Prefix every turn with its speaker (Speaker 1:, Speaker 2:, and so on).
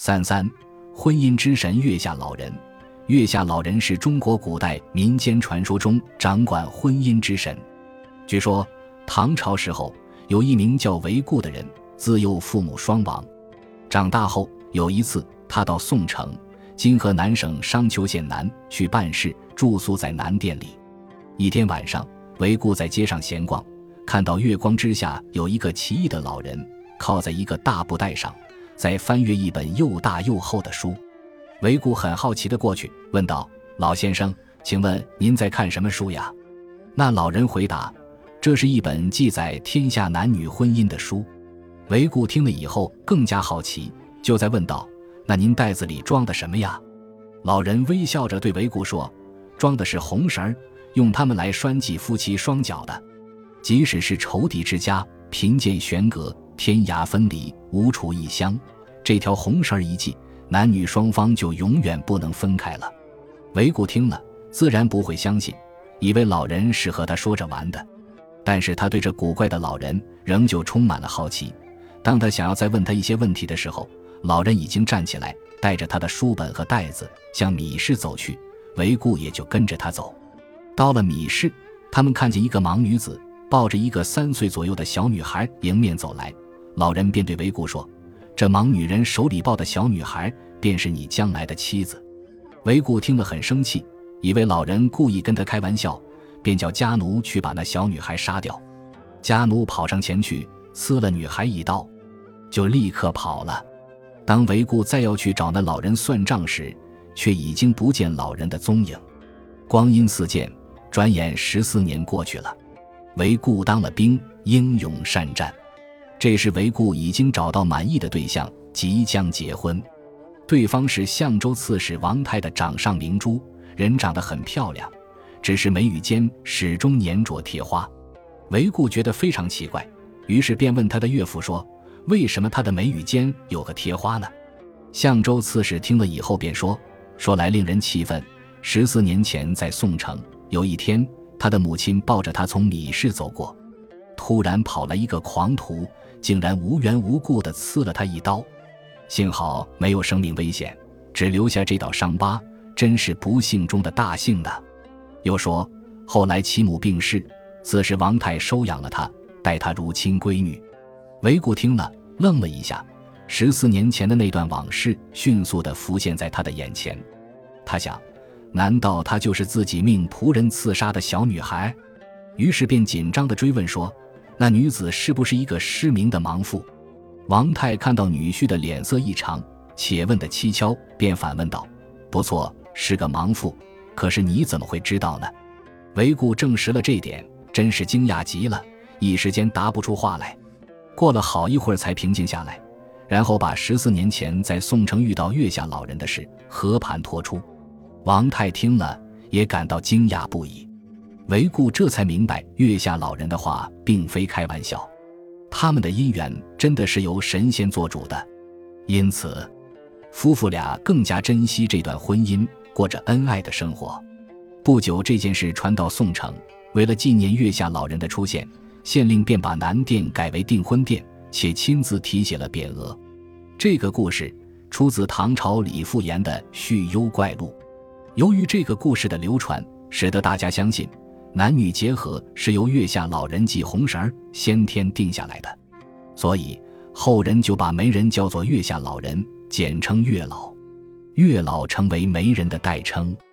Speaker 1: 33婚姻之神月下老人。月下老人是中国古代民间传说中掌管婚姻之神。据说唐朝时候有一名叫韦固的人，自幼父母双亡，长大后有一次他到宋城（今河南省商丘县南）去办事，住宿在南店里。一天晚上，韦固在街上闲逛，看到月光之下有一个奇异的老人靠在一个大布袋上，在翻阅一本又大又厚的书。韦固很好奇地过去问道：老先生，请问您在看什么书呀？那老人回答：这是一本记载天下男女婚姻的书。韦固听了以后更加好奇，就在问道：那您袋子里装的什么呀？老人微笑着对韦固说：装的是红绳，用它们来拴系夫妻双脚的。即使是仇敌之家，贫贱悬隔，天涯分离，无处异乡，这条红绳一系，男女双方就永远不能分开了。韦固听了自然不会相信，以为老人是和他说着玩的。但是他对这古怪的老人仍旧充满了好奇。当他想要再问他一些问题的时候，老人已经站起来，带着他的书本和袋子向米室走去，韦固也就跟着他走。到了米室，他们看见一个盲女子抱着一个3岁左右的小女孩迎面走来，老人便对韦固说：这盲女人手里抱的小女孩便是你将来的妻子。韦固听了很生气，以为老人故意跟他开玩笑，便叫家奴去把那小女孩杀掉。家奴跑上前去刺了女孩一刀，就立刻跑了。当韦固再要去找那老人算账时，却已经不见老人的踪影。光阴似箭，转眼14年过去了。韦固当了兵，英勇善战。这时韦固已经找到满意的对象，即将结婚。对方是相州刺史王泰的掌上明珠，人长得很漂亮，只是眉宇间始终粘着贴花。韦固觉得非常奇怪，于是便问他的岳父说：为什么他的眉宇间有个贴花呢？相州刺史听了以后便说来令人气愤。14年前在宋城，有一天他的母亲抱着他从米市走过，突然跑来一个狂徒，竟然无缘无故地刺了他一刀。幸好没有生命危险，只留下这道伤疤，真是不幸中的大幸呢。又说后来其母病逝，此时王泰收养了他，待他如亲闺女。韦固听了愣了一下，14年前的那段往事迅速地浮现在他的眼前。他想，难道她就是自己命仆人刺杀的小女孩？于是便紧张地追问说：那女子是不是一个失明的盲妇？王泰看到女婿的脸色异常，且问得蹊跷，便反问道：不错，是个盲妇，可是你怎么会知道呢？韦固证实了这点，真是惊讶极了，一时间答不出话来。过了好一会儿才平静下来，然后把14年前在宋城遇到月下老人的事和盘托出。王泰听了也感到惊讶不已。韦固这才明白月下老人的话并非开玩笑，他们的姻缘真的是由神仙做主的。因此夫妇俩更加珍惜这段婚姻，过着恩爱的生活。不久这件事传到宋城，为了纪念月下老人的出现，县令便把南殿改为订婚殿，且亲自题写了匾额。这个故事出自唐朝李复言的《续幽怪录》。由于这个故事的流传，使得大家相信男女结合是由月下老人系红绳先天定下来的，所以后人就把媒人叫做月下老人，简称月老。月老成为媒人的代称。